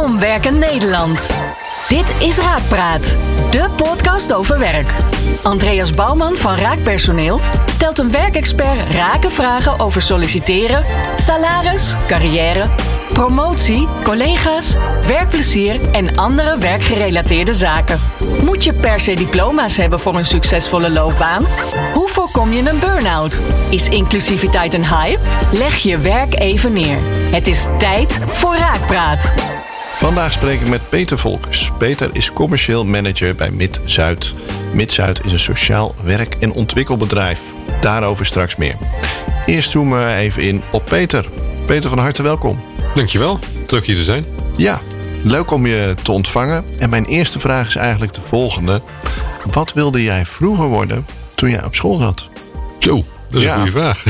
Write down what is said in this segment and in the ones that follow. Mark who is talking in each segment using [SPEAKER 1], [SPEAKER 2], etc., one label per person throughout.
[SPEAKER 1] Omwerken Nederland. Dit is Raakpraat, de podcast over werk. Andreas Bouwman van Raakpersoneel stelt een werkexpert rake vragen over solliciteren, salaris, carrière, promotie, collega's, werkplezier en andere werkgerelateerde zaken. Moet je per se diploma's hebben voor een succesvolle loopbaan? Hoe voorkom je een burn-out? Is inclusiviteit een hype? Leg je werk even neer. Het is tijd voor Raakpraat.
[SPEAKER 2] Vandaag spreek ik met Peter Volkers. Peter is commercieel manager bij MidZuid. MidZuid is een sociaal werk- en ontwikkelbedrijf. Daarover straks meer. Eerst zoomen we even in op Peter. Peter, van harte welkom.
[SPEAKER 3] Dankjewel, leuk hier te zijn.
[SPEAKER 2] Ja, leuk om je te ontvangen. En mijn eerste vraag is eigenlijk de volgende. Wat wilde jij vroeger worden toen jij op school zat?
[SPEAKER 3] Zo, dat is een goede vraag.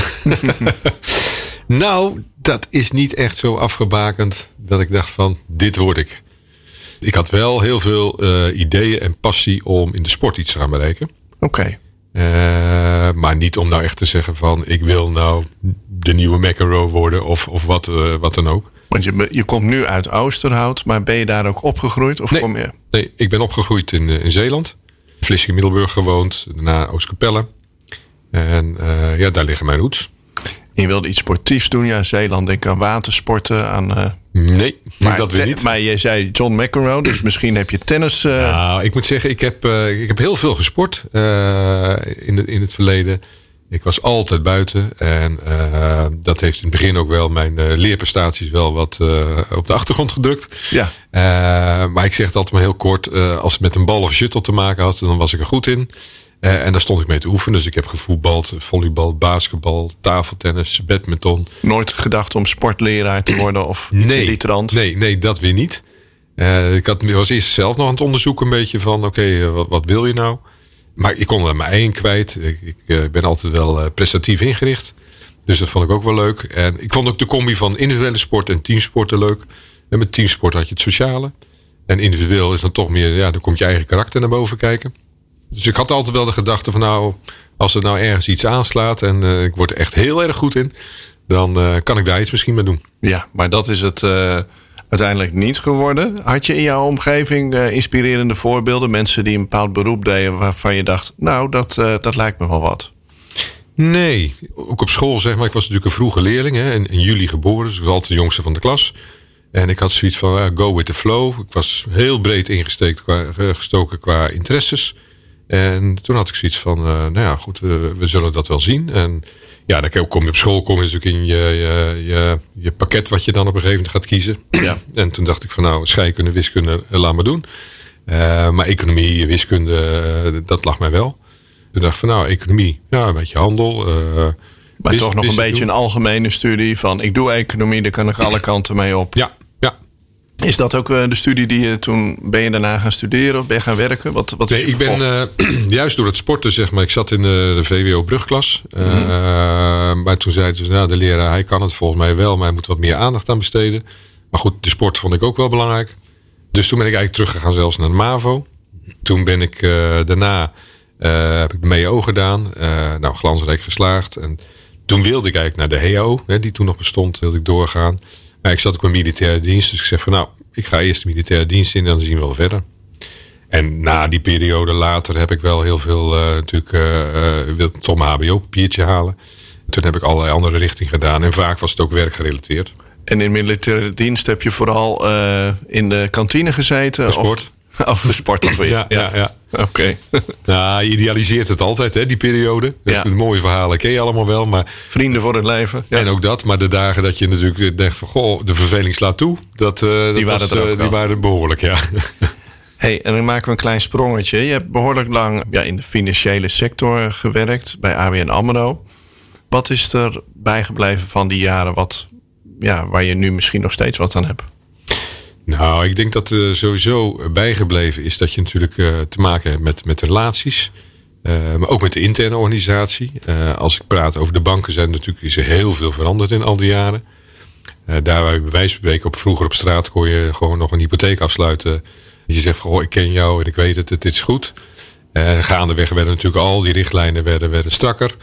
[SPEAKER 3] Nou, dat is niet echt zo afgebakend dat ik dacht van, dit word ik. Ik had wel heel veel ideeën en passie om in de sport iets te gaan bereiken.
[SPEAKER 2] Oké.
[SPEAKER 3] Maar niet om nou echt te zeggen van, ik wil nou de nieuwe McEnroe worden of wat dan ook.
[SPEAKER 2] Want je komt nu uit Oosterhout, maar ben je daar ook opgegroeid? Of kom je?
[SPEAKER 3] Nee, ik ben opgegroeid in Zeeland. Vlissingen-Middelburg gewoond, daarna Oostkapelle. En daar liggen mijn roots.
[SPEAKER 2] Je wilde iets sportiefs doen, ja, Zeeland, denk aan watersporten, aan...
[SPEAKER 3] Nee, dat weer niet.
[SPEAKER 2] Maar je zei John McEnroe, dus misschien heb je tennis...
[SPEAKER 3] Nou, ik moet zeggen, ik heb heel veel gesport in het verleden. Ik was altijd buiten en dat heeft in het begin ook wel mijn leerprestaties wel wat op de achtergrond gedrukt.
[SPEAKER 2] Ja.
[SPEAKER 3] Maar ik zeg het altijd maar heel kort, als het met een bal of shuttle te maken had, dan was ik er goed in. En daar stond ik mee te oefenen. Dus ik heb gevoetbald, volleybal, basketbal, tafeltennis, badminton.
[SPEAKER 2] Nooit gedacht om sportleraar te worden of iets in die trant?
[SPEAKER 3] Nee, dat weer niet. Ik was eerst zelf nog aan het onderzoeken een beetje van... Oké, wat wil je nou? Maar ik kon er maar één kwijt. Ik ben altijd wel prestatief ingericht. Dus dat vond ik ook wel leuk. En ik vond ook de combi van individuele sport en teamsporten leuk. En met teamsport had je het sociale. En individueel is dan toch meer... dan komt je eigen karakter naar boven kijken. Dus ik had altijd wel de gedachte van nou, als er nou ergens iets aanslaat en ik word er echt heel erg goed in, dan kan ik daar iets misschien mee doen. Ja,
[SPEAKER 2] maar dat is het uiteindelijk niet geworden. Had je in jouw omgeving inspirerende voorbeelden? Mensen die een bepaald beroep deden waarvan je dacht, nou, dat lijkt me wel wat.
[SPEAKER 3] Nee, ook op school zeg maar. Ik was natuurlijk een vroege leerling, hè, in juli geboren. Dus ik was altijd de jongste van de klas. En ik had zoiets van go with the flow. Ik was heel breed gestoken qua interesses. En toen had ik zoiets van, we zullen dat wel zien. En ja, dan kom je op school, kom je natuurlijk in je pakket wat je dan op een gegeven moment gaat kiezen. Ja. En toen dacht ik van nou, scheikunde, wiskunde, laat maar doen. Maar economie, wiskunde, dat lag mij wel. Toen dacht ik van nou, economie, ja, een beetje handel.
[SPEAKER 2] Maar toch nog een beetje een algemene studie van ik doe economie, daar kan ik alle kanten mee op.
[SPEAKER 3] Ja.
[SPEAKER 2] Is dat ook de studie die je toen... Ben je daarna gaan studeren of ben je gaan werken? Wat
[SPEAKER 3] nee, ik ben juist door het sporten, zeg maar. Ik zat in de VWO brugklas. Maar toen zeiden ze, de leraar, hij kan het volgens mij wel, maar hij moet wat meer aandacht aan besteden. Maar goed, de sport vond ik ook wel belangrijk. Dus toen ben ik eigenlijk teruggegaan zelfs naar de MAVO. Toen ben ik daarna... heb ik de MEO gedaan. Glansrijk geslaagd. En toen wilde ik eigenlijk naar de HEO, die toen nog bestond, wilde ik doorgaan. Maar ik zat ook in militaire dienst. Dus ik zeg van nou, ik ga eerst de militaire dienst in en dan zien we wel verder. En na die periode later heb ik wel heel veel wilde toch mijn HBO-papiertje halen. Toen heb ik allerlei andere richtingen gedaan. En vaak was het ook werkgerelateerd.
[SPEAKER 2] En in militaire dienst heb je vooral in de kantine gezeten?
[SPEAKER 3] De sport.
[SPEAKER 2] Of de sport alweer.
[SPEAKER 3] Ja.
[SPEAKER 2] Oké.
[SPEAKER 3] Nou, je idealiseert het altijd, hè, die periode.
[SPEAKER 2] Ja.
[SPEAKER 3] De mooie verhalen ken je allemaal wel. Maar...
[SPEAKER 2] Vrienden voor het leven. Ja.
[SPEAKER 3] En ook dat. Maar de dagen dat je natuurlijk denkt van... Goh, de verveling slaat toe. Die waren behoorlijk, ja.
[SPEAKER 2] Hey, en dan maken we een klein sprongetje. Je hebt behoorlijk lang in de financiële sector gewerkt. Bij ABN AMRO. Wat is er bijgebleven van die jaren waar je nu misschien nog steeds wat aan hebt?
[SPEAKER 3] Nou, ik denk dat sowieso bijgebleven is dat je natuurlijk te maken hebt met relaties. Maar ook met de interne organisatie. Als ik praat over de banken is er heel veel veranderd in al die jaren. Daar waar je bij wijze van spreken vroeger op straat kon je gewoon nog een hypotheek afsluiten. Je zegt van ik ken jou en ik weet het is goed. Gaandeweg werden natuurlijk al die richtlijnen werden strakker.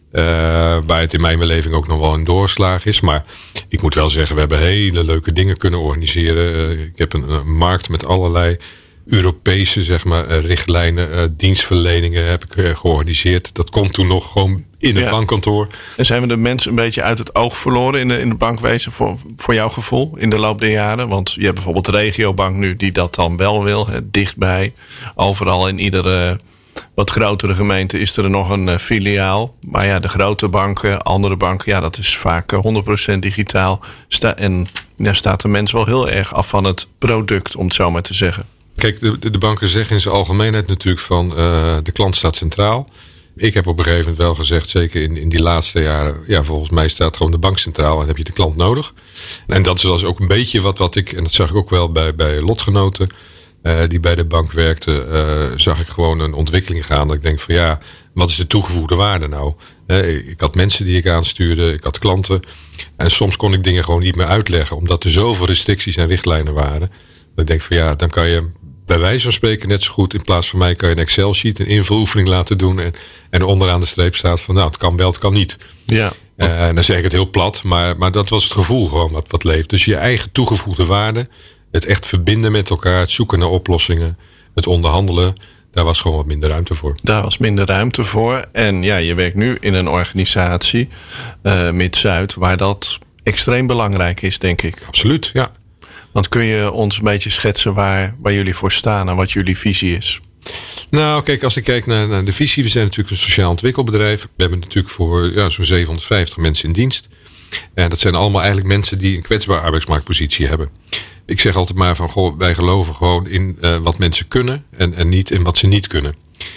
[SPEAKER 3] Waar het in mijn beleving ook nog wel een doorslag is. Maar ik moet wel zeggen, we hebben hele leuke dingen kunnen organiseren. Ik heb een markt met allerlei Europese richtlijnen, dienstverleningen heb ik georganiseerd. Dat komt toen nog gewoon in het bankkantoor. En
[SPEAKER 2] zijn we de mensen een beetje uit het oog verloren in de bankwezen voor jouw gevoel in de loop der jaren? Want je hebt bijvoorbeeld de regiobank nu die dat dan wel wil. Dichtbij. Overal in iedere wat grotere gemeente is er nog een filiaal. Maar ja, de grote banken, andere banken, dat is vaak 100% digitaal. Staat de mens wel heel erg af van het product, om het zo maar te zeggen.
[SPEAKER 3] Kijk, de banken zeggen in zijn algemeenheid natuurlijk van de klant staat centraal. Ik heb op een gegeven moment wel gezegd, zeker in die laatste jaren, volgens mij staat gewoon de bank centraal en heb je de klant nodig. En dat is ook een beetje wat ik, en dat zag ik ook wel bij lotgenoten die bij de bank werkten, zag ik gewoon een ontwikkeling gaan. Dat ik denk van wat is de toegevoegde waarde nou? Ik had mensen die ik aanstuurde, ik had klanten. En soms kon ik dingen gewoon niet meer uitleggen, omdat er zoveel restricties en richtlijnen waren. Dat ik denk van dan kan je bij wijze van spreken net zo goed, in plaats van mij kan je een Excel-sheet, een invuloefening laten doen. En onderaan de streep staat van het kan wel, het kan niet.
[SPEAKER 2] Ja.
[SPEAKER 3] En dan zeg ik het heel plat, maar dat was het gevoel gewoon wat leeft. Dus je eigen toegevoegde waarde, het echt verbinden met elkaar, het zoeken naar oplossingen, het onderhandelen, daar was gewoon wat minder ruimte voor.
[SPEAKER 2] Daar was minder ruimte voor. En je werkt nu in een organisatie, Mid-Zuid, waar dat extreem belangrijk is, denk ik.
[SPEAKER 3] Absoluut, ja.
[SPEAKER 2] Want kun je ons een beetje schetsen waar jullie voor staan en wat jullie visie is?
[SPEAKER 3] Nou, kijk, als ik kijk naar de visie, we zijn natuurlijk een sociaal ontwikkelbedrijf. We hebben natuurlijk voor zo'n 750 mensen in dienst. En dat zijn allemaal eigenlijk mensen die een kwetsbare arbeidsmarktpositie hebben. Ik zeg altijd maar van, wij geloven gewoon in wat mensen kunnen en niet in wat ze niet kunnen.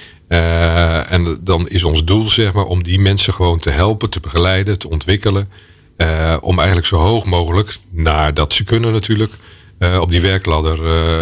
[SPEAKER 3] En dan is ons doel, om die mensen gewoon te helpen, te begeleiden, te ontwikkelen. Om eigenlijk zo hoog mogelijk, nadat ze kunnen natuurlijk, op die werkladder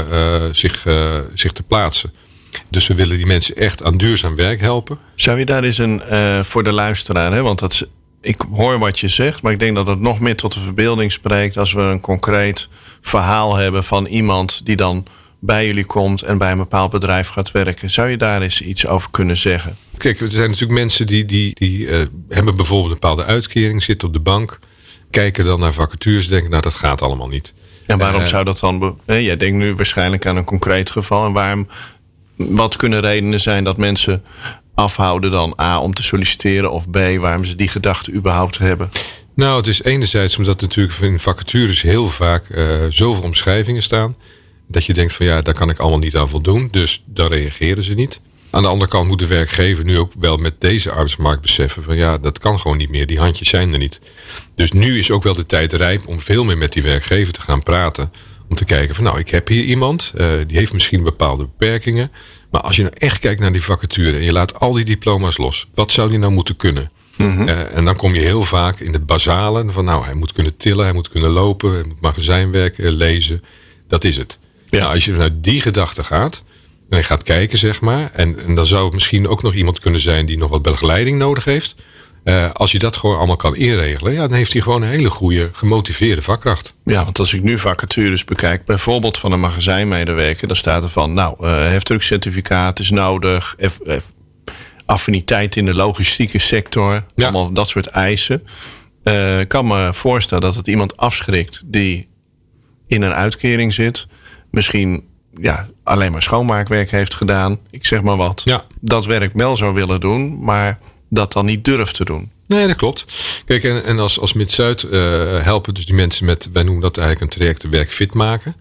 [SPEAKER 3] zich te plaatsen. Dus we willen die mensen echt aan duurzaam werk helpen.
[SPEAKER 2] Zou je daar eens voor de luisteraar, want ik hoor wat je zegt, maar ik denk dat het nog meer tot de verbeelding spreekt als we een concreet verhaal hebben van iemand die dan bij jullie komt en bij een bepaald bedrijf gaat werken. Zou je daar eens iets over kunnen zeggen?
[SPEAKER 3] Kijk, er zijn natuurlijk mensen die hebben bijvoorbeeld een bepaalde uitkering, zitten op de bank, kijken dan naar vacatures, denken, dat gaat allemaal niet.
[SPEAKER 2] En waarom zou dat dan? Jij denkt nu waarschijnlijk aan een concreet geval. En wat kunnen redenen zijn dat mensen afhouden dan A, om te solliciteren, of B, waarom ze die gedachte überhaupt hebben?
[SPEAKER 3] Nou, het is enerzijds omdat natuurlijk in vacatures heel vaak zoveel omschrijvingen staan, dat je denkt van daar kan ik allemaal niet aan voldoen. Dus dan reageren ze niet. Aan de andere kant moet de werkgever nu ook wel met deze arbeidsmarkt beseffen van dat kan gewoon niet meer. Die handjes zijn er niet. Dus nu is ook wel de tijd rijp om veel meer met die werkgever te gaan praten. Om te kijken van ik heb hier iemand, die heeft misschien bepaalde beperkingen. Maar als je nou echt kijkt naar die vacature en je laat al die diploma's los. Wat zou die nou moeten kunnen? Mm-hmm. En dan kom je heel vaak in het basale van hij moet kunnen tillen, hij moet kunnen lopen, hij moet magazijnwerk, lezen. Dat is het. Ja. Nou, als je naar die gedachte gaat en je gaat kijken en dan zou het misschien ook nog iemand kunnen zijn die nog wat begeleiding nodig heeft. Als je dat gewoon allemaal kan inregelen, dan heeft hij gewoon een hele goede gemotiveerde vakkracht. Ja,
[SPEAKER 2] want als ik nu vacatures bekijk, bijvoorbeeld van een magazijnmedewerker, dan staat er van, heftruckcertificaat is nodig, affiniteit in de logistieke sector, allemaal dat soort eisen. Ik kan me voorstellen dat het iemand afschrikt die in een uitkering zit, misschien alleen maar schoonmaakwerk heeft gedaan, ik zeg maar wat, dat werk wel zou willen doen, maar dat dan niet durft te doen.
[SPEAKER 3] Nee, dat klopt. Kijk, en als Mid-Zuid helpen dus die mensen met, wij noemen dat eigenlijk een traject werkfit maken.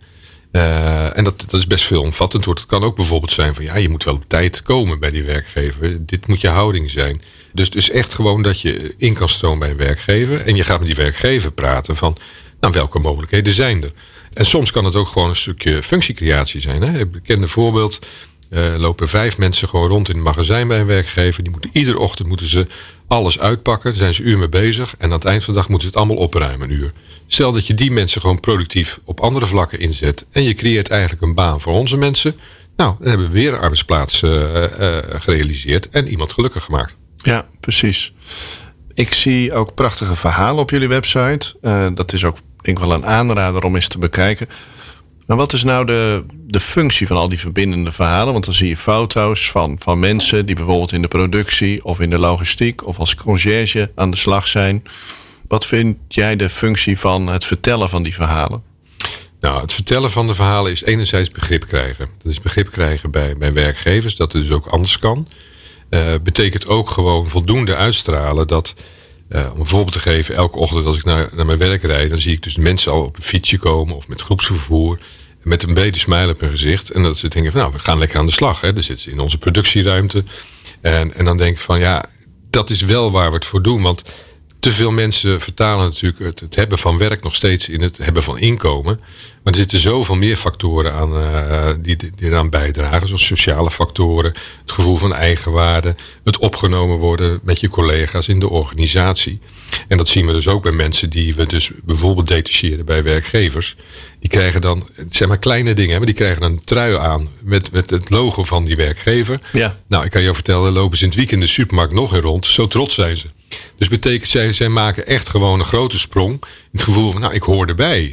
[SPEAKER 3] En dat is best veelomvattend. Het kan ook bijvoorbeeld zijn van je moet wel op tijd komen bij die werkgever. Dit moet je houding zijn. Dus echt gewoon dat je in kan stromen bij een werkgever. En je gaat met die werkgever praten van welke mogelijkheden zijn er. En soms kan het ook gewoon een stukje functiecreatie zijn. Hè? Een bekende voorbeeld. Lopen 5 mensen gewoon rond in het magazijn bij een werkgever. Iedere ochtend moeten ze alles uitpakken. Daar zijn ze een uur mee bezig. En aan het eind van de dag moeten ze het allemaal opruimen, een uur. Stel dat je die mensen gewoon productief op andere vlakken inzet. En je creëert eigenlijk een baan voor onze mensen. Dan hebben we weer een arbeidsplaats gerealiseerd. En iemand gelukkig gemaakt.
[SPEAKER 2] Ja, precies. Ik zie ook prachtige verhalen op jullie website. Dat is ook denk ik wel een aanrader om eens te bekijken. Maar wat is nou de functie van al die verbindende verhalen? Want dan zie je foto's van mensen die bijvoorbeeld in de productie of in de logistiek of als conciërge aan de slag zijn. Wat vind jij de functie van het vertellen van die verhalen?
[SPEAKER 3] Nou, het vertellen van de verhalen is enerzijds begrip krijgen. Dat is begrip krijgen bij werkgevers, dat het dus ook anders kan. Betekent ook gewoon voldoende uitstralen dat, om een voorbeeld te geven, elke ochtend als ik naar mijn werk rijd, dan zie ik dus mensen al op een fietsje komen of met groepsvervoer. Met een brede smile op hun gezicht. En dat ze denken van, nou, we gaan lekker aan de slag. Hè. Dan zitten ze in onze productieruimte. En dan denk ik van, ja, dat is wel waar we het voor doen. Want te veel mensen vertalen natuurlijk het hebben van werk nog steeds in het hebben van inkomen. Maar er zitten zoveel meer factoren aan die eraan bijdragen. Zoals sociale factoren, het gevoel van eigenwaarde, het opgenomen worden met je collega's in de organisatie. En dat zien we dus ook bij mensen die we dus bijvoorbeeld detacheren bij werkgevers. Die krijgen dan, zeg maar kleine dingen, maar die krijgen dan een trui aan met het logo van die werkgever. Ja. Nou, ik kan je vertellen, lopen ze in het weekend in de supermarkt nog in rond. Zo trots zijn ze. Dus betekent, zij maken echt gewoon een grote sprong. In het gevoel van, nou, ik hoor erbij.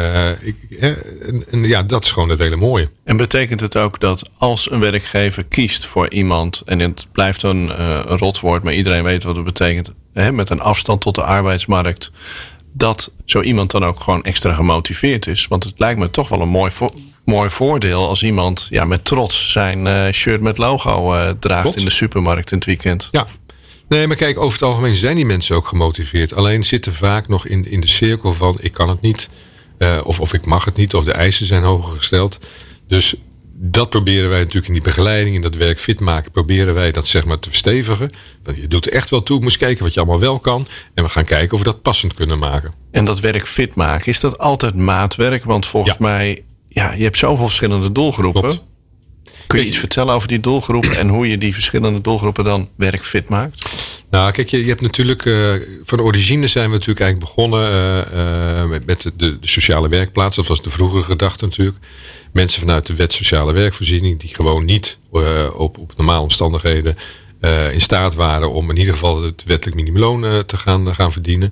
[SPEAKER 3] Ja, dat is gewoon het hele mooie.
[SPEAKER 2] En betekent het ook dat als een werkgever kiest voor iemand, en het blijft een rotwoord, maar iedereen weet wat het betekent, met een afstand tot de arbeidsmarkt, dat zo iemand dan ook gewoon extra gemotiveerd is? Want het lijkt me toch wel een mooi voordeel als iemand met trots zijn shirt met logo draagt. Klopt. In de supermarkt in het weekend.
[SPEAKER 3] Ja. Nee, maar kijk, over het algemeen zijn die mensen ook gemotiveerd. Alleen zitten vaak nog in de cirkel van ik kan het niet. Of ik mag het niet. Of de eisen zijn hoger gesteld. Dus dat proberen wij natuurlijk in die begeleiding, in dat werk fit maken, proberen wij dat zeg maar te verstevigen. Want je doet er echt wel toe, moest kijken wat je allemaal wel kan. En we gaan kijken of we dat passend kunnen maken.
[SPEAKER 2] En dat werk fit maken, is dat altijd maatwerk? Want volgens mij, je hebt zoveel verschillende doelgroepen. Klopt. Kun je iets vertellen over die doelgroepen en hoe je die verschillende doelgroepen dan werkfit maakt?
[SPEAKER 3] Nou, kijk, je hebt natuurlijk, van origine zijn we natuurlijk eigenlijk begonnen met de sociale werkplaats. Dat was de vroegere gedachte natuurlijk. Mensen vanuit de wet sociale werkvoorziening die gewoon niet op normale omstandigheden in staat waren om in ieder geval het wettelijk minimumloon te gaan verdienen.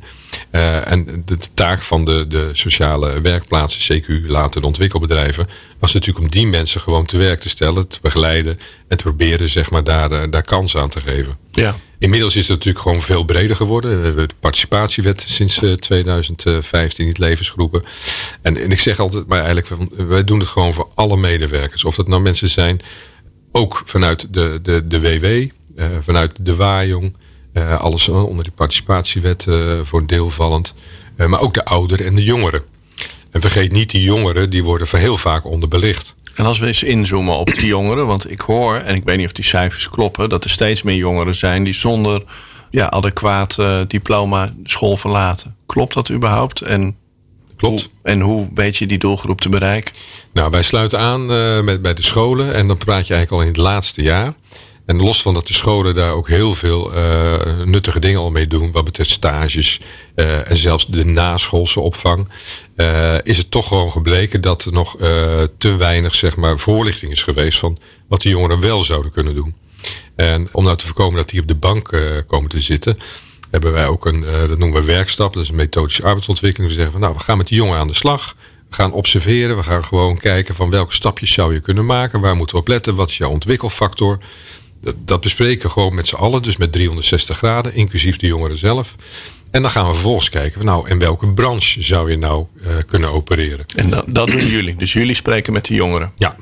[SPEAKER 3] En de taak van de sociale werkplaatsen, CQ, later de ontwikkelbedrijven, was natuurlijk om die mensen gewoon te werk te stellen, te begeleiden en te proberen zeg maar daar kans aan te geven. Ja. Inmiddels is het natuurlijk gewoon veel breder geworden. We hebben de participatiewet sinds 2015 in het levensgroepen. En ik zeg altijd maar eigenlijk, wij doen het gewoon voor alle medewerkers. Of dat nou mensen zijn, ook vanuit de WW, vanuit de Waaijong, alles onder die participatiewet voor een deel vallend. Maar ook de ouderen en de jongeren. En vergeet niet, die jongeren die worden heel vaak onderbelicht.
[SPEAKER 2] En als we eens inzoomen op die jongeren, want ik hoor, en ik weet niet of die cijfers kloppen, dat er steeds meer jongeren zijn die zonder adequaat diploma school verlaten. Klopt dat überhaupt? En
[SPEAKER 3] klopt.
[SPEAKER 2] Hoe weet je die doelgroep te bereiken?
[SPEAKER 3] Nou, wij sluiten aan bij de scholen en dan praat je eigenlijk al in het laatste jaar. En los van dat de scholen daar ook heel veel nuttige dingen al mee doen, wat betreft stages en zelfs de naschoolse opvang, is het toch gewoon gebleken dat er nog te weinig zeg maar voorlichting is geweest van wat die jongeren wel zouden kunnen doen. En om nou te voorkomen dat die op de bank komen te zitten, hebben wij ook dat noemen we werkstap, dat is een methodische arbeidsontwikkeling. We zeggen van nou, we gaan met die jongeren aan de slag. We gaan observeren, we gaan gewoon kijken van welke stapjes zou je kunnen maken, waar moeten we op letten, wat is jouw ontwikkelfactor. Dat bespreken we gewoon met z'n allen, dus met 360 graden, inclusief de jongeren zelf. En dan gaan we vervolgens kijken, nou, in welke branche zou je nou kunnen opereren.
[SPEAKER 2] En dat doen jullie, dus jullie spreken met de jongeren?
[SPEAKER 3] Ja,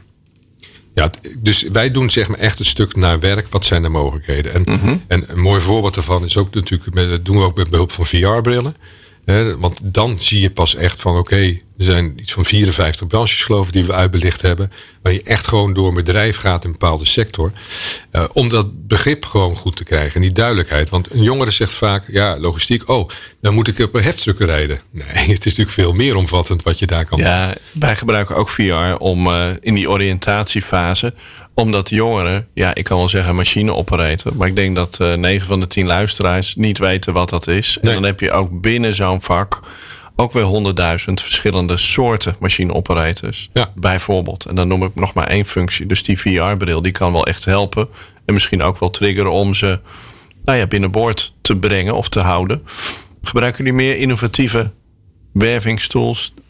[SPEAKER 3] dus wij doen zeg maar echt een stuk naar werk, wat zijn de mogelijkheden. En een mooi voorbeeld daarvan is ook natuurlijk, dat doen we ook met behulp van VR-brillen. Want dan zie je pas echt van oké, er zijn iets van 54 branches geloof ik die we uitbelicht hebben. Waar je echt gewoon door een bedrijf gaat in een bepaalde sector. Om dat begrip gewoon goed te krijgen. En die duidelijkheid. Want een jongere zegt vaak, logistiek, dan moet ik op een heftruck rijden. Nee, het is natuurlijk veel meer omvattend wat je daar kan doen.
[SPEAKER 2] Ja, wij gebruiken ook VR om in die oriëntatiefase, omdat de jongeren, ik kan wel zeggen machine operator, maar ik denk dat 9 van de 10 luisteraars niet weten wat dat is. Nee. En dan heb je ook binnen zo'n vak ook weer 100.000 verschillende soorten machine operators. Ja. Bijvoorbeeld. En dan noem ik nog maar 1 functie. Dus die VR-bril die kan wel echt helpen. En misschien ook wel triggeren om ze binnenboord te brengen of te houden. Gebruiken jullie meer innovatieve wervingstools?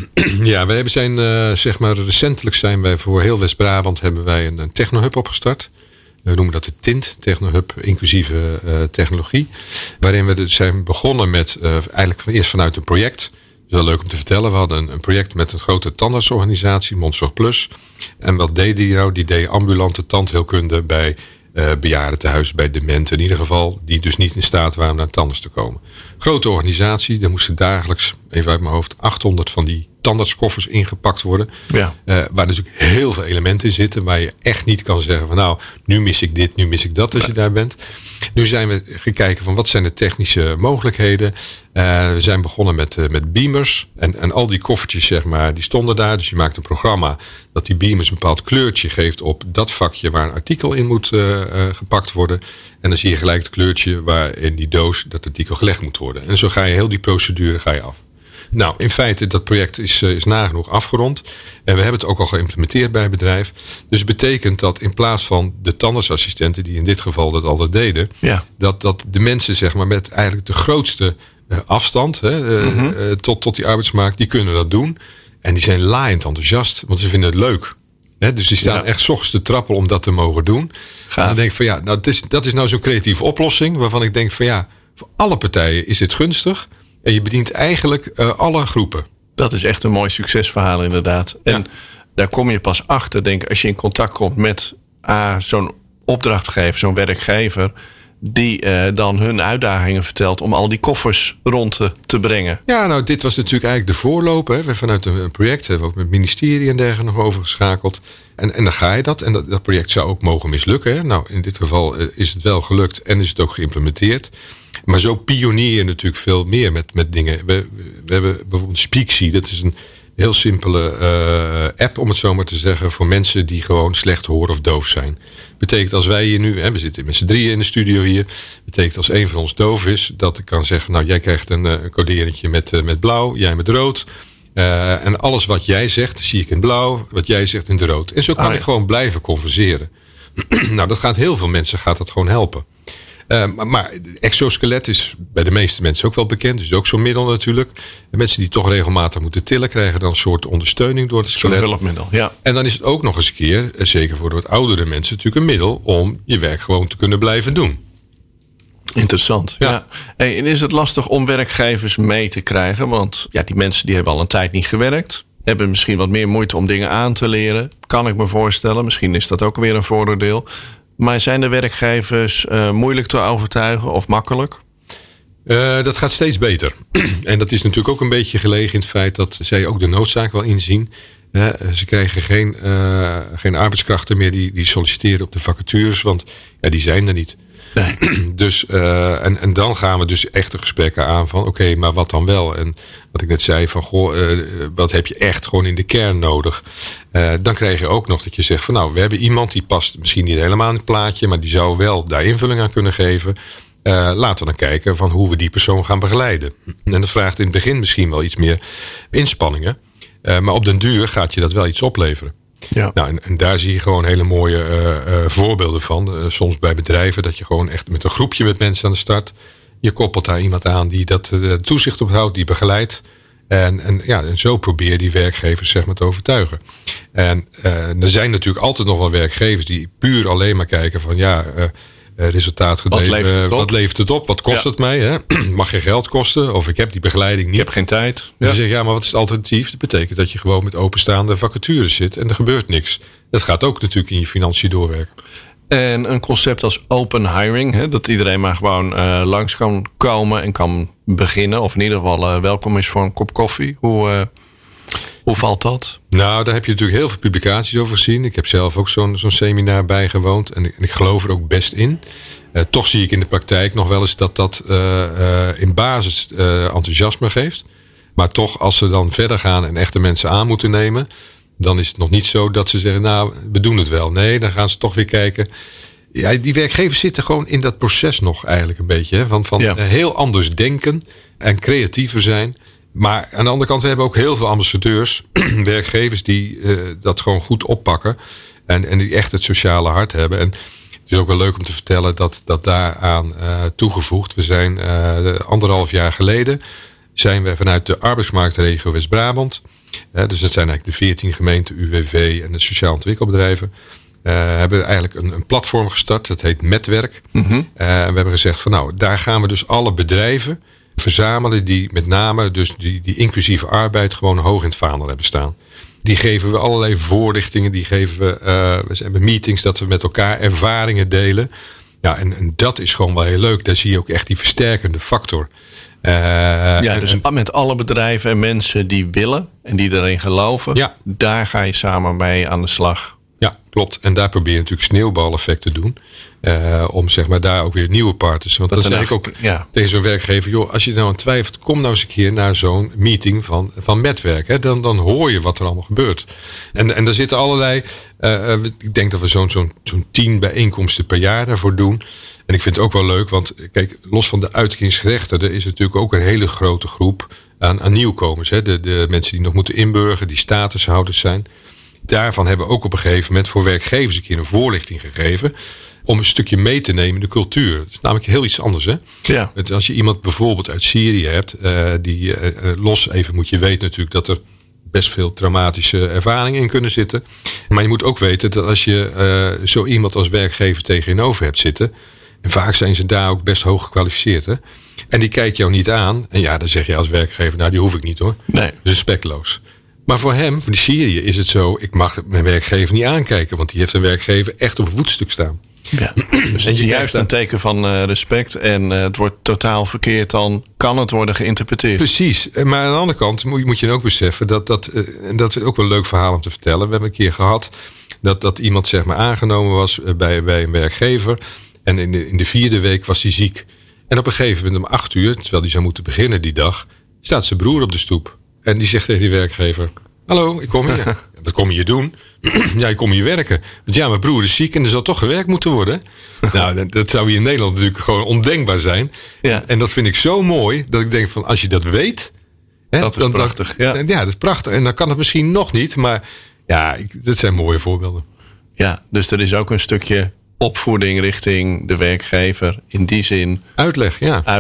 [SPEAKER 3] Ja, wij zijn recentelijk zijn wij voor heel West-Brabant hebben wij een technohub opgestart. We noemen dat de TINT, technohub inclusieve technologie. Waarin we zijn begonnen met eigenlijk eerst vanuit een project. Dat is wel leuk om te vertellen. We hadden een project met een grote tandartsorganisatie, Mondzorg Plus. En wat deed die nou? Die deed ambulante tandheelkunde bij bejaardentehuizen, bij dementen in ieder geval. Die dus niet in staat waren om naar tandarts te komen. Grote organisatie, daar moesten dagelijks, even uit mijn hoofd, 800 van die tandartskoffers ingepakt worden. Ja. Waar natuurlijk heel veel elementen in zitten. Waar je echt niet kan zeggen van nou, nu mis ik dit, nu mis ik dat als je daar bent. Nu zijn we gekeken van wat zijn de technische mogelijkheden. We zijn begonnen met beamers. En al die koffertjes zeg maar, die stonden daar. Dus je maakt een programma dat die beamers een bepaald kleurtje geeft op dat vakje waar een artikel in moet gepakt worden. En dan zie je gelijk het kleurtje waar in die doos dat artikel gelegd moet worden. En zo ga je heel die procedure af. Nou, in feite, dat project is nagenoeg afgerond. En we hebben het ook al geïmplementeerd bij het bedrijf. Dus het betekent dat in plaats van de tandartsassistenten, die in dit geval dat altijd deden, dat de mensen zeg maar met eigenlijk de grootste afstand tot die arbeidsmarkt, die kunnen dat doen. En die zijn laaiend enthousiast, want ze vinden het leuk. Dus die staan echt 's ochtends te trappelen om dat te mogen doen. Gaaf. En dan denk ik van nou, dat is nou zo'n creatieve oplossing, waarvan ik denk van voor alle partijen is dit gunstig. En je bedient eigenlijk alle groepen. Dat is echt een mooi succesverhaal inderdaad. En daar kom je pas achter, denk ik, als je in contact komt met zo'n opdrachtgever, zo'n werkgever, die dan hun uitdagingen vertelt om al die koffers rond te brengen. Ja, nou, dit was natuurlijk eigenlijk de voorloper. We hebben vanuit een project hebben we ook met het ministerie en dergelijke nog overgeschakeld. En dan ga je dat. En dat project zou ook mogen mislukken. Hè? Nou, in dit geval is het wel gelukt en is het ook geïmplementeerd. Maar zo pionier je natuurlijk veel meer met dingen. We hebben bijvoorbeeld Speaksy. Dat is een heel simpele app, om het zo maar te zeggen, voor mensen die gewoon slecht horen of doof zijn. Betekent als wij hier nu, we zitten met z'n drieën in de studio hier. Betekent als een van ons doof is, dat ik kan zeggen, nou, jij krijgt een coderingetje met blauw, jij met rood. En alles wat jij zegt, zie ik in blauw, wat jij zegt in het rood. En zo kan ik gewoon blijven converseren. Nou, dat gaat heel veel mensen gewoon helpen. Maar exoskelet is bij de meeste mensen ook wel bekend. Dus ook zo'n middel natuurlijk. En mensen die toch regelmatig moeten tillen, krijgen dan een soort ondersteuning door het skelet. Zo'n hulpmiddel, ja. En dan is het ook nog eens een keer, zeker voor de wat oudere mensen, natuurlijk een middel om je werk gewoon te kunnen blijven doen. Interessant. Ja. Hey, en is het lastig om werkgevers mee te krijgen? Want die mensen die hebben al een tijd niet gewerkt. Hebben misschien wat meer moeite om dingen aan te leren. Kan ik me voorstellen. Misschien is dat ook weer een voordeel. Maar zijn de werkgevers moeilijk te overtuigen of makkelijk? Dat gaat steeds beter. En dat is natuurlijk ook een beetje gelegen in het feit dat zij ook de noodzaak wel inzien. Ze krijgen geen arbeidskrachten meer die solliciteren op de vacatures. Want die zijn er niet. Nee. Dus, en dan gaan we dus echt de gesprekken aan van oké, maar wat dan wel? En wat ik net zei van wat heb je echt gewoon in de kern nodig? Dan krijg je ook nog dat je zegt van nou, we hebben iemand die past misschien niet helemaal in het plaatje, maar die zou wel daar invulling aan kunnen geven. Laten we dan kijken van hoe we die persoon gaan begeleiden. En dat vraagt in het begin misschien wel iets meer inspanningen. Maar op den duur gaat je dat wel iets opleveren. Ja. Nou, en daar zie je gewoon hele mooie voorbeelden van. Soms bij bedrijven dat je gewoon echt met een groepje met mensen aan de start. Je koppelt daar iemand aan die dat toezicht op houdt, die begeleidt. En zo probeer je die werkgevers zeg maar te overtuigen. En er zijn natuurlijk altijd nog wel werkgevers die puur alleen maar kijken van resultaat gedreven. Wat levert het op? Wat kost het mij? Hè? Mag geen geld kosten? Of ik heb die begeleiding niet. Ik heb geen tijd. En dan zeg je, maar wat is het alternatief? Dat betekent dat je gewoon met openstaande vacatures zit en er gebeurt niks. Dat gaat ook natuurlijk in je financiën doorwerken. En een concept als open hiring, dat iedereen maar gewoon langs kan komen en kan beginnen. Of in ieder geval welkom is voor een kop koffie. Hoe valt dat? Nou, daar heb je natuurlijk heel veel publicaties over gezien. Ik heb zelf ook zo'n seminar bijgewoond. En ik geloof er ook best in. Toch zie ik in de praktijk nog wel eens dat in basis enthousiasme geeft. Maar toch, als ze dan verder gaan en echte mensen aan moeten nemen, dan is het nog niet zo dat ze zeggen, nou, we doen het wel. Nee, dan gaan ze toch weer kijken. Ja, die werkgevers zitten gewoon in dat proces nog eigenlijk een beetje. Hè, van heel anders denken en creatiever zijn. Maar aan de andere kant, we hebben ook heel veel ambassadeurs, werkgevers die dat gewoon goed oppakken. En die echt het sociale hart hebben. En het is ook wel leuk om te vertellen dat daaraan toegevoegd. We zijn 1,5 jaar geleden zijn we vanuit de arbeidsmarktregio West-Brabant Dus dat zijn eigenlijk de 14 gemeenten, UWV en de sociaal ontwikkelbedrijven. Hebben eigenlijk een platform gestart. Dat heet Metwerk. En we hebben gezegd van daar gaan we dus alle bedrijven verzamelen die met name dus die inclusieve arbeid gewoon hoog in het vaandel hebben staan. Die geven we allerlei voorlichtingen. Die geven we hebben meetings dat we met elkaar ervaringen delen. Ja, en dat is gewoon wel heel leuk. Daar zie je ook echt die versterkende factor.
[SPEAKER 2] Dus met alle bedrijven en mensen die willen en die erin geloven, daar ga je samen mee aan de slag.
[SPEAKER 3] Ja, klopt. En daar probeer je natuurlijk sneeuwbaleffect te doen. Om zeg maar daar ook weer nieuwe partners. Want dat zeg ik ook tegen zo'n werkgever. Joh, als je nou aan twijfelt, kom nou eens een keer naar zo'n meeting van Metwerk. Hè. Dan hoor je wat er allemaal gebeurt. En daar zitten allerlei. Ik denk dat we zo'n 10 bijeenkomsten per jaar daarvoor doen. En ik vind het ook wel leuk. Want kijk, los van de uitkeringsgerechten. Er is natuurlijk ook een hele grote groep aan nieuwkomers. Hè. De mensen die nog moeten inburgeren. Die statushouders zijn. Daarvan hebben we ook op een gegeven moment voor werkgevers een keer een voorlichting gegeven. Om een stukje mee te nemen in de cultuur. Dat is namelijk heel iets anders. Hè?
[SPEAKER 2] Ja.
[SPEAKER 3] Als je iemand bijvoorbeeld uit Syrië hebt. Los even moet je weten natuurlijk dat er best veel traumatische ervaringen in kunnen zitten. Maar je moet ook weten dat als je zo iemand als werkgever tegenover hebt zitten. En vaak zijn ze daar ook best hoog gekwalificeerd. Hè? En die kijkt jou niet aan. En dan zeg je als werkgever, die hoef ik niet hoor.
[SPEAKER 2] Nee.
[SPEAKER 3] Respectloos. Maar voor hem, voor die Syrië, is het zo. Ik mag mijn werkgever niet aankijken. Want die heeft een werkgever echt op een voetstuk staan.
[SPEAKER 2] Ja. Dus het is juist een teken van respect. En het wordt totaal verkeerd. Dan kan het worden geïnterpreteerd.
[SPEAKER 3] Precies. Maar aan de andere kant moet je ook beseffen. Dat is ook wel een leuk verhaal om te vertellen. We hebben een keer gehad dat iemand zeg maar aangenomen was bij een werkgever. En in de 4e week was hij ziek. En op een gegeven moment om 8 uur, terwijl hij zou moeten beginnen die dag, staat zijn broer op de stoep. En die zegt tegen die werkgever: hallo, ik kom hier. Wat kom je hier doen? Ja, ik kom hier werken. Want mijn broer is ziek en er zal toch gewerkt moeten worden. Nou, dat zou hier in Nederland natuurlijk gewoon ondenkbaar zijn. Ja. En dat vind ik zo mooi, dat ik denk van als je dat weet.
[SPEAKER 2] Dat is prachtig.
[SPEAKER 3] Ja, dat is prachtig. En dan kan het misschien nog niet, maar dat zijn mooie voorbeelden.
[SPEAKER 2] Ja, dus er is ook een stukje opvoeding richting de werkgever. In die zin.
[SPEAKER 3] Uitleg,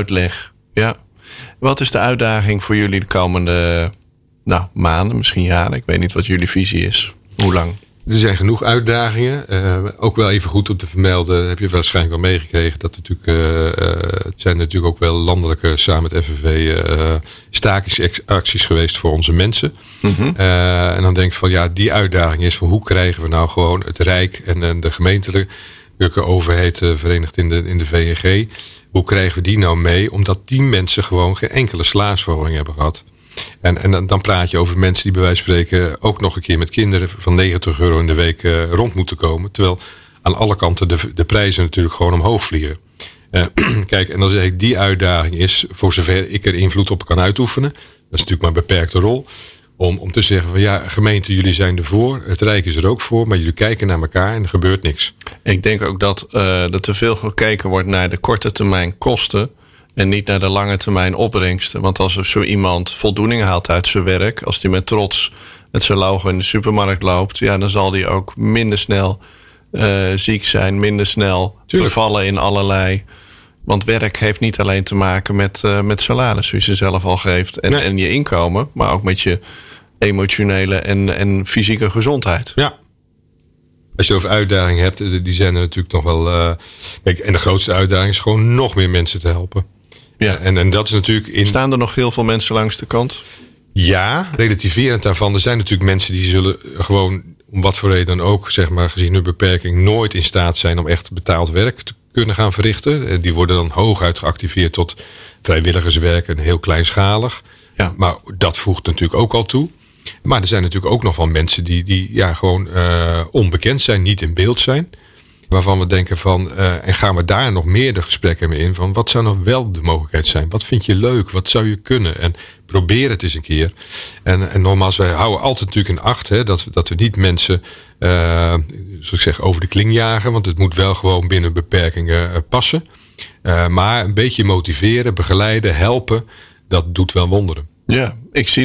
[SPEAKER 2] ja. Wat is de uitdaging voor jullie de komende maanden, misschien jaren? Ik weet niet wat jullie visie is. Hoe lang?
[SPEAKER 3] Er zijn genoeg uitdagingen. Ook wel even goed om te vermelden, heb je waarschijnlijk wel meegekregen, dat het zijn natuurlijk ook wel landelijke, samen met FNV, stakingsacties geweest voor onze mensen. En dan denk ik van die uitdaging is van hoe krijgen we nou gewoon het Rijk en de gemeentelijke overheid verenigd in de VNG. Hoe krijgen we die nou mee? Omdat die mensen gewoon geen enkele salarisverhoging hebben gehad. En dan praat je over mensen die bij wijze van spreken ook nog een keer met kinderen van €90 in de week rond moeten komen. Terwijl aan alle kanten de prijzen natuurlijk gewoon omhoog vliegen. Kijk, en dan zeg ik, die uitdaging is, voor zover ik er invloed op kan uitoefenen. Dat is natuurlijk maar een beperkte rol. Om te zeggen van gemeente, jullie zijn ervoor. Het Rijk is er ook voor. Maar jullie kijken naar elkaar en er gebeurt niks.
[SPEAKER 2] Ik denk ook dat er te veel gekeken wordt naar de korte termijn kosten. En niet naar de lange termijn opbrengsten. Want als er zo iemand voldoening haalt uit zijn werk. Als die met trots met zijn logo in de supermarkt loopt. Dan zal die ook minder snel ziek zijn. Minder snel vervallen in allerlei. Want werk heeft niet alleen te maken met salaris, zoals je zelf al geeft. En je inkomen, maar ook met je emotionele en fysieke gezondheid.
[SPEAKER 3] Ja. Als je over uitdagingen hebt, die zijn er natuurlijk nog wel. Kijk, en de grootste uitdaging is gewoon nog meer mensen te helpen.
[SPEAKER 2] Ja.
[SPEAKER 3] En dat is natuurlijk.
[SPEAKER 2] Staan er nog heel veel mensen langs de kant?
[SPEAKER 3] Ja, relativerend daarvan. Er zijn natuurlijk mensen die zullen gewoon, om wat voor reden dan ook, zeg maar, gezien hun beperking, nooit in staat zijn om echt betaald werk te kunnen gaan verrichten. Die worden dan hooguit geactiveerd tot vrijwilligerswerk en heel kleinschalig. Ja. Maar dat voegt natuurlijk ook al toe. Maar er zijn natuurlijk ook nog wel mensen die gewoon onbekend zijn, niet in beeld zijn. Waarvan we denken van, en gaan we daar nog meer de gesprekken mee in, van wat zou nou wel de mogelijkheid zijn? Wat vind je leuk? Wat zou je kunnen? En probeer het eens een keer. En nogmaals, wij houden altijd natuurlijk in acht, dat we niet mensen, zoals ik zeg, over de kling jagen. Want het moet wel gewoon binnen beperkingen passen. Maar een beetje motiveren, begeleiden, helpen, dat doet wel wonderen.
[SPEAKER 2] Ja, ik zie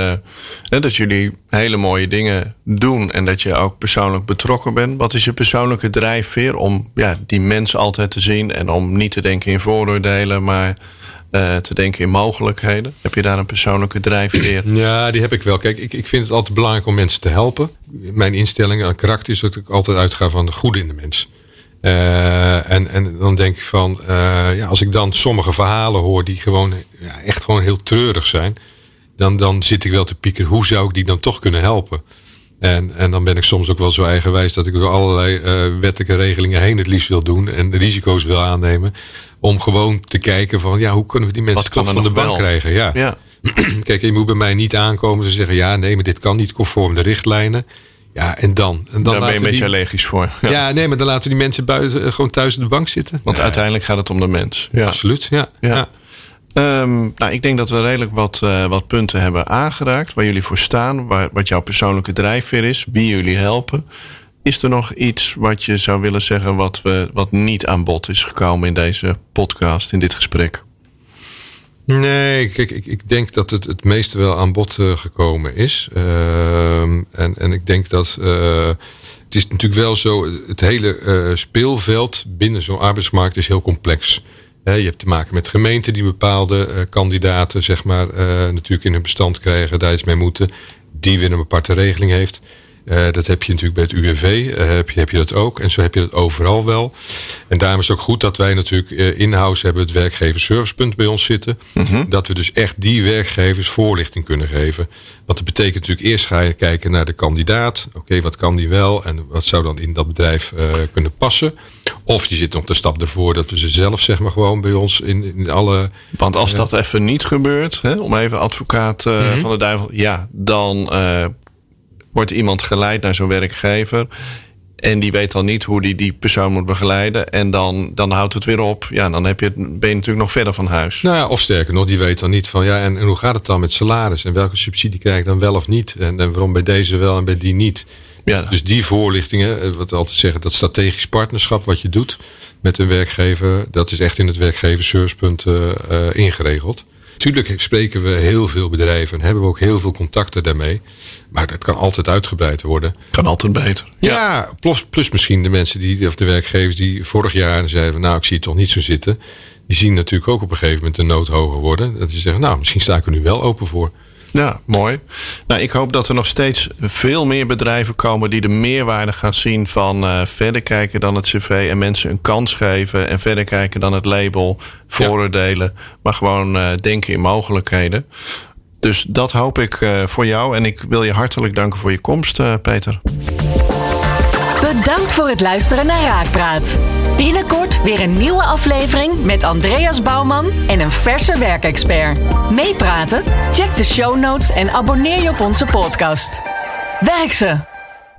[SPEAKER 2] dat jullie hele mooie dingen doen en dat je ook persoonlijk betrokken bent. Wat is je persoonlijke drijfveer om die mensen altijd te zien en om niet te denken in vooroordelen, maar te denken in mogelijkheden. Heb je daar een persoonlijke drijfveer?
[SPEAKER 3] Ja, die heb ik wel. Kijk, ik vind het altijd belangrijk om mensen te helpen. Mijn instelling aan karakter is dat ik altijd uitga van de goede in de mens. En dan denk ik van, als ik dan sommige verhalen hoor die gewoon echt gewoon heel treurig zijn, dan zit ik wel te pieken. Hoe zou ik die dan toch kunnen helpen? En dan ben ik soms ook wel zo eigenwijs dat ik door allerlei wettelijke regelingen heen het liefst wil doen en risico's wil aannemen. Om gewoon te kijken van, hoe kunnen we die mensen toch van de bank krijgen? Ja. Kijk, je moet bij mij niet aankomen en zeggen, maar dit kan niet conform de richtlijnen. Ja, en dan ben je een beetje
[SPEAKER 2] allergisch voor.
[SPEAKER 3] Ja, nee, maar dan laten die mensen buiten gewoon thuis op de bank zitten.
[SPEAKER 2] Want uiteindelijk gaat het om de mens.
[SPEAKER 3] Ja. Absoluut, ja.
[SPEAKER 2] Ik denk dat we redelijk wat punten hebben aangeraakt. Waar jullie voor staan, wat jouw persoonlijke drijfveer is. Wie jullie helpen. Is er nog iets wat je zou willen zeggen wat niet aan bod is gekomen in deze podcast, in dit gesprek?
[SPEAKER 3] Nee, kijk, ik denk dat het meeste wel aan bod gekomen is. En ik denk dat het is natuurlijk wel zo, het hele speelveld binnen zo'n arbeidsmarkt is heel complex. Je hebt te maken met gemeenten die bepaalde kandidaten zeg maar natuurlijk in hun bestand krijgen, daar iets mee moeten, die weer een aparte regeling heeft. Dat heb je natuurlijk bij het UWV, heb je dat ook. En zo heb je dat overal wel. En daarom is het ook goed dat wij natuurlijk in-house hebben het werkgeversservicepunt bij ons zitten. Mm-hmm. Dat we dus echt die werkgevers voorlichting kunnen geven. Want dat betekent natuurlijk eerst ga je kijken naar de kandidaat. Oké, wat kan die wel en wat zou dan in dat bedrijf kunnen passen. Of je zit nog de stap ervoor dat we ze zelf zeg maar gewoon bij ons in alle...
[SPEAKER 2] Want als dat even niet gebeurt, om even advocaat van de duivel, dan... wordt iemand geleid naar zo'n werkgever en die weet dan niet hoe die persoon moet begeleiden en dan houdt het weer op. Ja, dan ben je natuurlijk nog verder van huis.
[SPEAKER 3] Nou ja, of sterker nog, die weet dan niet van en hoe gaat het dan met salaris en welke subsidie krijg ik dan wel of niet en waarom bij deze wel en bij die niet. Ja. Dus die voorlichtingen, wat we altijd zeggen, dat strategisch partnerschap wat je doet met een werkgever, dat is echt in het werkgeversservicepunt ingeregeld. Natuurlijk spreken we heel veel bedrijven en hebben we ook heel veel contacten daarmee. Maar dat kan altijd uitgebreid worden.
[SPEAKER 2] Kan altijd beter.
[SPEAKER 3] Ja, plus misschien de mensen of de werkgevers die vorig jaar zeiden van ik zie het toch niet zo zitten. Die zien natuurlijk ook op een gegeven moment de nood hoger worden. Dat die zeggen misschien sta ik er nu wel open voor.
[SPEAKER 2] Ja, mooi. Nou, ik hoop dat er nog steeds veel meer bedrijven komen die de meerwaarde gaan zien van verder kijken dan het cv en mensen een kans geven en verder kijken dan het label, vooroordelen, maar gewoon denken in mogelijkheden. Dus dat hoop ik voor jou en ik wil je hartelijk danken voor je komst, Peter.
[SPEAKER 1] Bedankt voor het luisteren naar Raakpraat. Binnenkort weer een nieuwe aflevering met Andreas Bouwman en een verse werkexpert. Meepraten? Check de show notes en abonneer je op onze podcast. Werk ze!